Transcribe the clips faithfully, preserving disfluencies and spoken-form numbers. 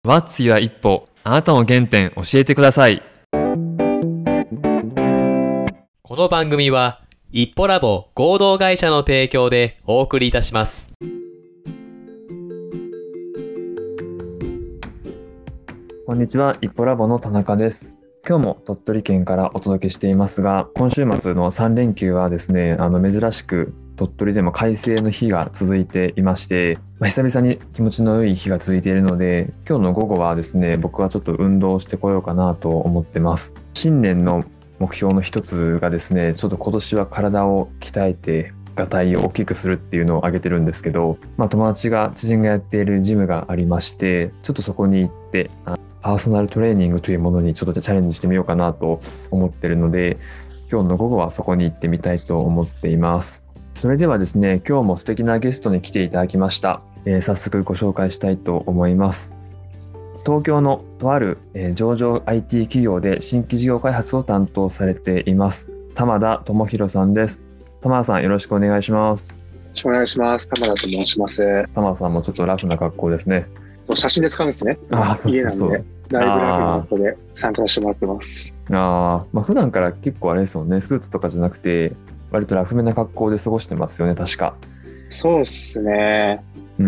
What's your 一歩、あなたの原点教えてください。 この番組は一歩ラボ合同会社の提供でお送りいたします。 こんにちは、一歩ラボの田中です。今日も鳥取県からお届けしていますが、今週末のさん連休はですね、あの珍しく鳥取でも快晴の日が続いていまして、まあ、久々に気持ちの良い日が続いているので、今日の午後はですね、僕はちょっと運動してこようかなと思ってます。新年の目標の一つがですね、ちょっと今年は体を鍛えてがたいを大きくするっていうのを挙げてるんですけど、まあ、友達が知人がやっているジムがありまして、ちょっとそこに行ってパーソナルトレーニングというものにちょっとチャレンジしてみようかなと思ってるので、今日の午後はそこに行ってみたいと思っています。それではですね、今日も素敵なゲストに来ていただきました。えー、早速ご紹介したいと思います。東京のとある、えー、上場 アイティー 企業で新規事業開発を担当されています。玉田智弘さんです。玉田さん、よろしくお願いします。 よろしくお願いします。玉田と申します。 玉田さんもちょっとラフな格好ですね。 写真で使うんですね。 あ、そうそうそう。 家なんでだいぶラフな格好で参加してもらってます。 あ、まあ、普段から結構あれですもんね、スーツとかじゃなくて割とラフめな格好で過ごしてますよね、確か。 そうですね。うん。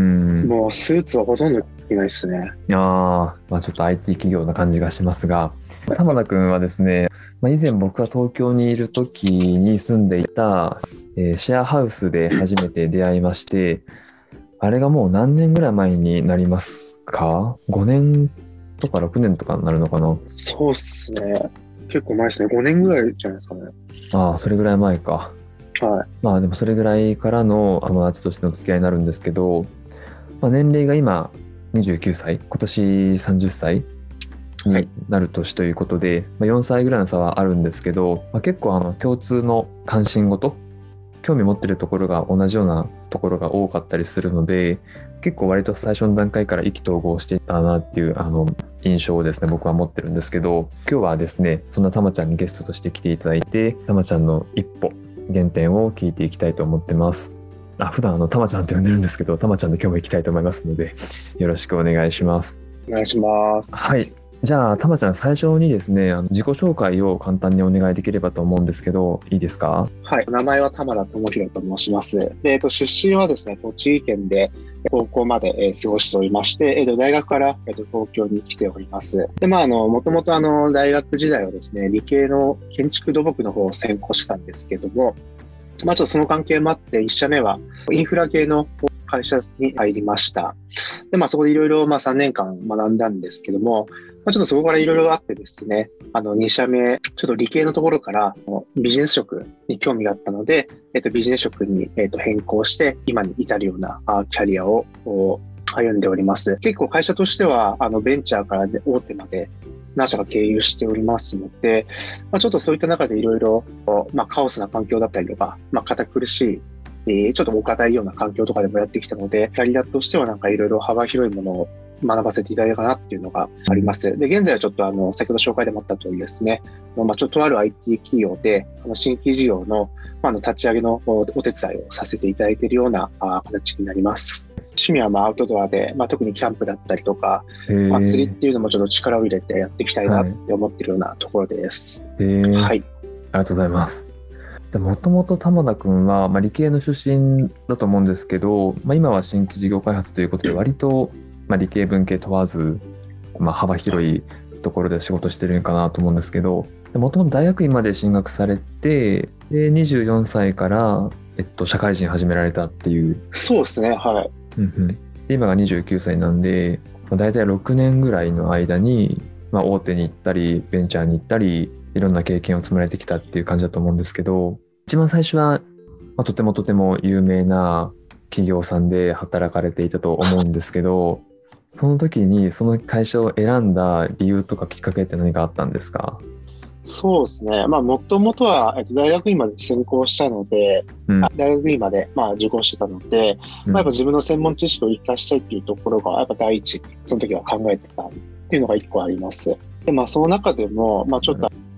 もうスーツはほとんど着ないですね。 いや、まあ、ちょっと アイティー 企業な感じがしますが、玉田くんはですね、まあ、以前僕が東京にいる時に住んでいた、えー、シェアハウスで初めて出会いまして、あれがもう何年ぐらい前になりますか？ ご 年とかろくねんとかになるのかな？ そうっすね。結構前ですね。ごねんぐらいじゃないですかね。 ああ、それぐらい前か。 はい。 まあでもそれぐらいからの友達としての付き合いになるんですけど、まあ、年齢が今にじゅうきゅうさい、今年さんじゅっさいになる年ということで、はい、まあ、よんさいぐらいの差はあるんですけど、まあ、結構あの共通の関心事、興味持ってるところが同じようなところが多かったりするので、結構割と最初の段階から意気投合していたなっていうあの印象をですね、僕は持ってるんですけど、今日はですね、そんなたまちゃんにゲストとして来ていただいて、たまちゃんの一歩原点を聞いていきたいと思ってます。あ、普段あのたまちゃんって呼んでるんですけど、たまちゃんで今日も行きたいと思いますので、よろしくお願いします。 お願いします。 はい。じゃあたまちゃん、最初にですね、あの自己紹介を簡単にお願いできればと思うんですけど、いいですか？ はい。名前は玉田智弘と申します。で、えっと、出身はですね、栃木県で高校まで、えー、過ごしておりまして、えっと、大学から、えっと、東京に来ております。で、まあ、あの、もともとあの、大学時代はですね、理系の建築土木の方を専攻したんですけども、まあ、ちょっとその関係もあって、いっ社目はインフラ系の会社に入りました。で、まあ、そこでいろいろ、まあ、さんねんかん学んだんですけども、まあ、ちょっとそこからいろいろあってですね、あの、に社目、ちょっと理系のところからビジネス職に興味があったので、えっと、ビジネス職に、えっと、変更して、今に至るようなキャリアを歩んでおります。結構会社としては、あの、ベンチャーからで大手まで何社か経由しておりますので、まあ、ちょっとそういった中でいろいろ、まあ、カオスな環境だったりとか、まあ、堅苦しい、えー、ちょっとお堅いような環境とかでもやってきたので、キャリアとしてはなんかいろいろ幅広いものを学ばせていただいたかなっていうのがあります。で、現在はちょっとあの、先ほど紹介でもあった通りですね、まあ、ちょっとある アイティー 企業で、あの新規事業の、まあ、の立ち上げのお手伝いをさせていただいているようなあ形になります。趣味はまあアウトドアで、まあ、特にキャンプだったりとか、まあ、釣りっていうのもちょっと力を入れてやっていきたいなって思ってるようなところです。 はい。 はい、 ありがとうございます。もともと玉田くんは、まあ、理系の出身だと思うんですけど、まあ、今は新規事業開発ということで割と、まあ、理系文系問わず、まあ、幅広いところで仕事してるかなと思うんですけど、もともと大学院まで進学されて、でにじゅうよんさいから、えっと、社会人始められたっていう。 そうですね、はい。 うんうん、で今がにじゅうきゅうさいなんで、まあ、大体ろくねんぐらいの間に、まあ、大手に行ったりベンチャーに行ったりいろんな経験を積まれてきたっていう感じだと思うんですけど、一番最初は、まあ、とてもとても有名な企業さんで働かれていたと思うんですけど、その時にその会社を選んだ理由とかきっかけって何かあったんですか？ そうですね。まあ、もともとは、えっと、大学院まで専攻したので、うん、大学院まで、まあ、受講してたので、うん、まあ、やっぱ自分の専門知識を活かしたいっていうところが、やっぱ第一に、その時は考えてたっていうのが一個あります。で、まあ、その中でも、まあ、ちょっと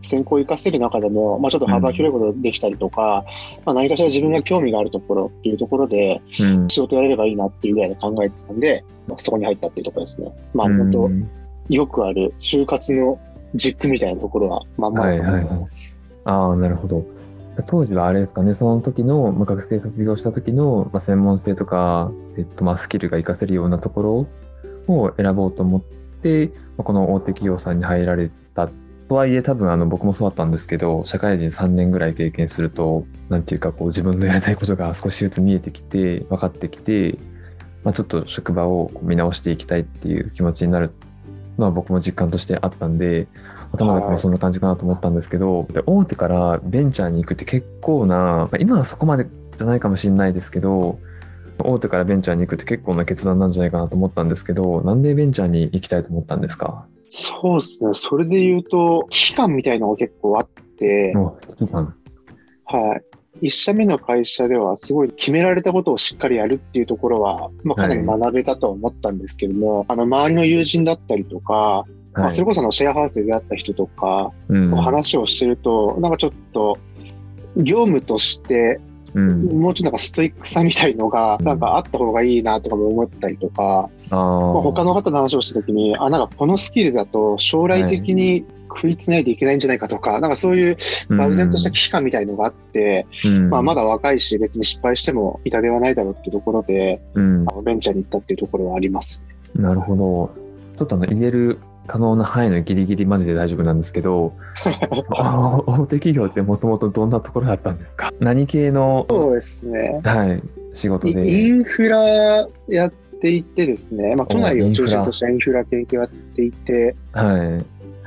専攻を活かせる中でも、まあ、ちょっと幅広いことができたりとか、うんまあ、何かしら自分が興味があるところっていうところで仕事やれればいいなっていうぐらいで考えてたんで、まあ、そこに入ったっていうところですね。まあ本当、うん、よくある就活の軸みたいなところはまんまだと思います。 はいはいはい、ああ、なるほど。当時はあれですかね、その時の、まあ、学生卒業した時の、まあ、専門性とか、えっと、まあスキルが活かせるようなところを選ぼうと思って、まあ、この大手企業さんに入られたとはいえ、多分あの僕もそうだったんですけど、社会人さんねんぐらい経験すると、なんていうかこう自分のやりたいことが少しずつ見えてきて、分かってきて、まあ、ちょっと職場を見直していきたいっていう気持ちになるのは僕も実感としてあったんで、頭でもそんな感じかなと思ったんですけど、で大手からベンチャーに行くって結構な、まあ、今はそこまでじゃないかもしれないですけど、大手からベンチャーに行くって結構な決断なんじゃないかなと思ったんですけど、なんでベンチャーに行きたいと思ったんですか？ そうですね。それで言うと、危機感みたいなのが結構あって、 危機感。 はい。一社目の会社ではすごい決められたことをしっかりやるっていうところは、まあ、かなり学べたと思ったんですけども、はい、あの周りの友人だったりとか、はい、まあ、それこそのシェアハウスで出会った人とか、うん、話をしてると、なんかちょっと業務として、うん、もうちょっとなんかストイックさみたいのがなんかあった方がいいなとかも思ったりとか、うん、まあ、他の方の話をしたときに、あ、なんかこのスキルだと将来的に食いつないでいけないんじゃないかとか、はい、なんかそういう漠然とした危機感みたいのがあって、うん、まあ、まだ若いし別に失敗しても痛手はないだろうっていうところで、うん、あのベンチャーに行ったっていうところはあります。 なるほど。ちょっとあの言える可能な範囲のギリギリまでで大丈夫なんですけど大手企業ってもともとどんなところだったんですか？何系のそうですね、 はい、仕事でインフラやっていてですね、まあ、都内を中心としたインフラ研究やっていて、はい、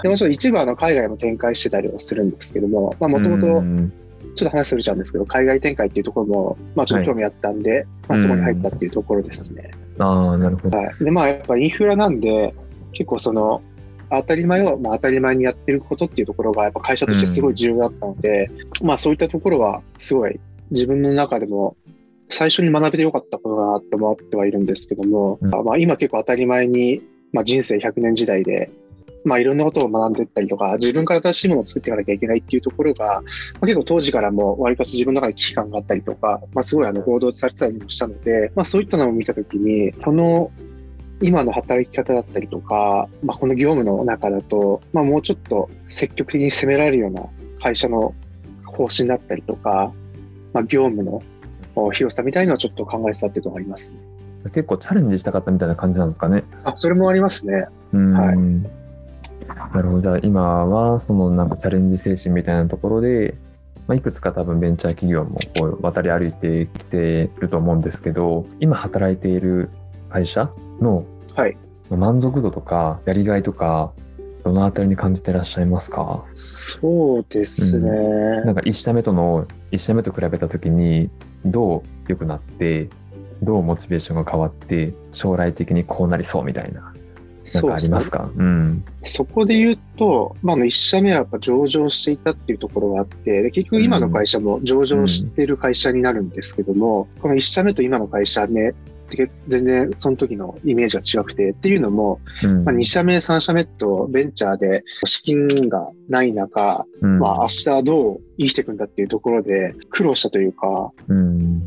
でもちろん一部はの海外も展開してたりはするんですけども、もともとちょっと話それちゃうんですけど、海外展開っていうところも、まあ、ちょっと興味あったんで、はい、まあ、そこに入ったっていうところですね。 ああ、なるほど。 はい、でまあやっぱインフラなんで結構その当たり前を、まあ、当たり前にやってることっていうところがやっぱ会社としてすごい重要だったので、うん、まあそういったところはすごい自分の中でも最初に学べてよかったことだなって思ってはいるんですけども、うん、まあ、今結構当たり前に、まあ、人生ひゃくねん時代で、まあ、いろんなことを学んでいったりとか、自分から新しいものを作っていかなきゃいけないっていうところが、まあ、結構当時からも割と自分の中で危機感があったりとか、まあ、すごいあの報道されてたりもしたので、まあ、そういったのを見たときに、この今の働き方だったりとか、まあ、この業務の中だと、まあ、もうちょっと積極的に攻められるような会社の方針だったりとか、まあ、業務の広さみたいなのはちょっと考えてたっていうのがありますね。 結構チャレンジしたかったみたいな感じなんですかね。 あ、それもありますね。 うん、 はい。 なるほど。じゃあ今はそのなんかチャレンジ精神みたいなところで、まあ、いくつか多分ベンチャー企業もこう渡り歩いてきていると思うんですけど、今働いている会社の満足度とかやりがいとか、どのあたりに感じてらっしゃいますか？ そうですね、 うん、なんかいち社目とのいち社目と比べたときにどう良くなって、どうモチベーションが変わって将来的にこうなりそうみたいな、なんかありますか？ そうですね、うん、そこで言うと、まあ、あのいち社目はやっぱ上場していたっていうところがあって、で結局今の会社も上場している会社になるんですけども、うん、このいち社目と今の会社ね全然その時のイメージが違くて、っていうのも、うん、まあ、に社目さん社目とベンチャーで資金がない中、うん、まあ明日どう生きていくんだっていうところで苦労したというか、うん、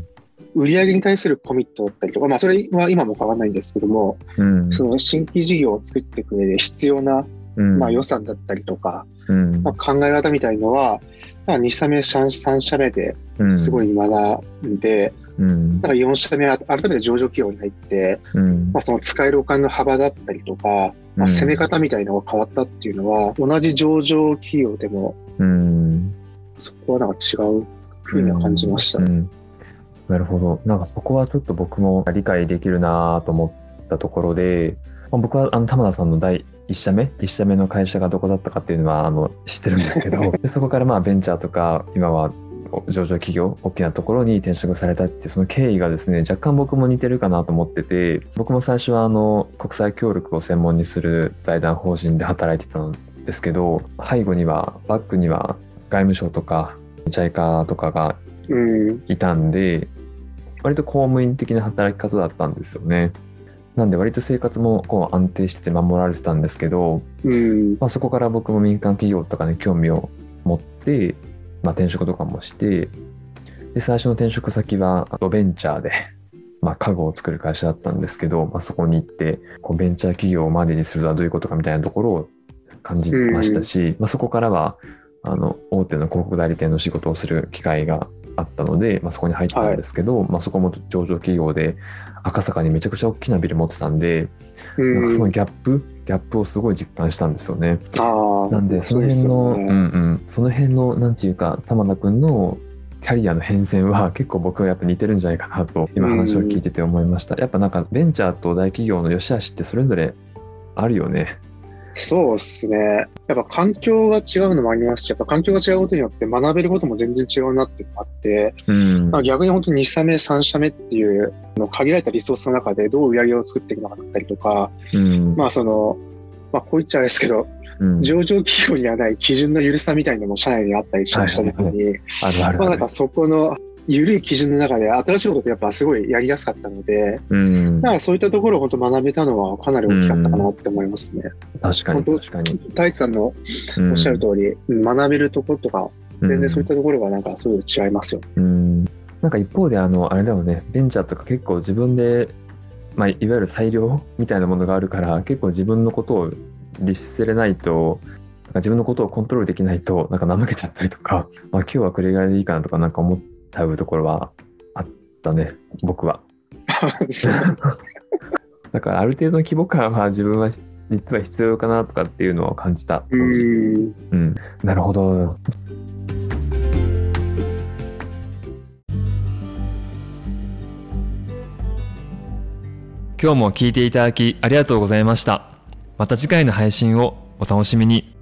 売上に対するコミットだったりとか、まあそれは今も変わらないんですけども、うん、その新規事業を作っていく上で必要な、うん、まあ予算だったりとか、うん、まあ、考え方みたいのは、まあ、に社目さん社目ですごい学んで、うん、だからよん社目は改めて上場企業に入って、うん、まあ、その使えるお金の幅だったりとか、まあ、攻め方みたいなのが変わったっていうのは、うん、同じ上場企業でも、うん、そこはなんか違うふうには感じました、ね、うんうん、 なるほど。なんかそこはちょっと僕も理解できるなと思ったところで、まあ、僕はあの玉田さんの第いち社目いち社目の会社がどこだったかっていうのはあの知ってるんですけどでそこからまあベンチャーとか今は上場企業大きなところに転職されたっていうその経緯がですね、若干僕も似てるかなと思ってて、僕も最初はあの国際協力を専門にする財団法人で働いてたんですけど、背後にはバックには外務省とかジャイカとかがいたんで、割と公務員的な働き方だったんですよね。なんで割と生活もこう安定してて守られてたんですけど、うん、まあ、そこから僕も民間企業とかに興味を持って、まあ、転職とかもして、で最初の転職先はベンチャーで、まあ、家具を作る会社だったんですけど、まあ、そこに行ってこうベンチャー企業をマネにするのはどういうことかみたいなところを感じましたし、うん、まあ、そこからはあの大手の広告代理店の仕事をする機会があったので、まあ、そこに入ったんですけど、はい、まあ、そこも上場企業で赤坂にめちゃくちゃ大きなビル持ってたんで、うん、なんかそのギャップギャップをすごい実感したんですよね。 あなんでその辺の、ね、うんうん、その辺のなんていうか玉田くんのキャリアの変遷は結構僕はやっぱ似てるんじゃないかなと今話を聞いてて思いました。やっぱなんかベンチャーと大企業の良し悪しってそれぞれあるよね。 そうですね。やっぱ環境が違うのもありますし、やっぱ環境が違うことによって学べることも全然違うなっていうのがあって、うん、まあ、逆に本当にに社目、さん社目っていうの限られたリソースの中でどう売り上げを作っていくのかだったりとか、うん、まあその、まあこう言っちゃあれですけど、うん、上場企業にはない基準の緩さみたいなのも社内にあったりした時に、まあなんかそこの緩い基準の中で新しいことってやっぱすごいやりやすかったので、うん、なんかそういったところを本当学べたのはかなり大きかったかなって思いますね。 うん、確かに確かに。 太一さんのおっしゃる通り、うん、学べるところとか全然そういったところがなんかすごい違いますよ。 うん、なんか一方であのあれだよね、ベンチャーとか結構自分で、まあ、いわゆる裁量みたいなものがあるから結構自分のことを律せれないと、なんか自分のことをコントロールできないとなんか怠けちゃったりとか、まあ、今日はこれぐらいでいいかなとかなんか思ってちゃうところはあったね、僕は。だからある程度の規模感は自分は実は必要かなとかっていうのを感じた。うん、うん、なるほど。 今日も聞いていただきありがとうございました。また次回の配信をお楽しみに。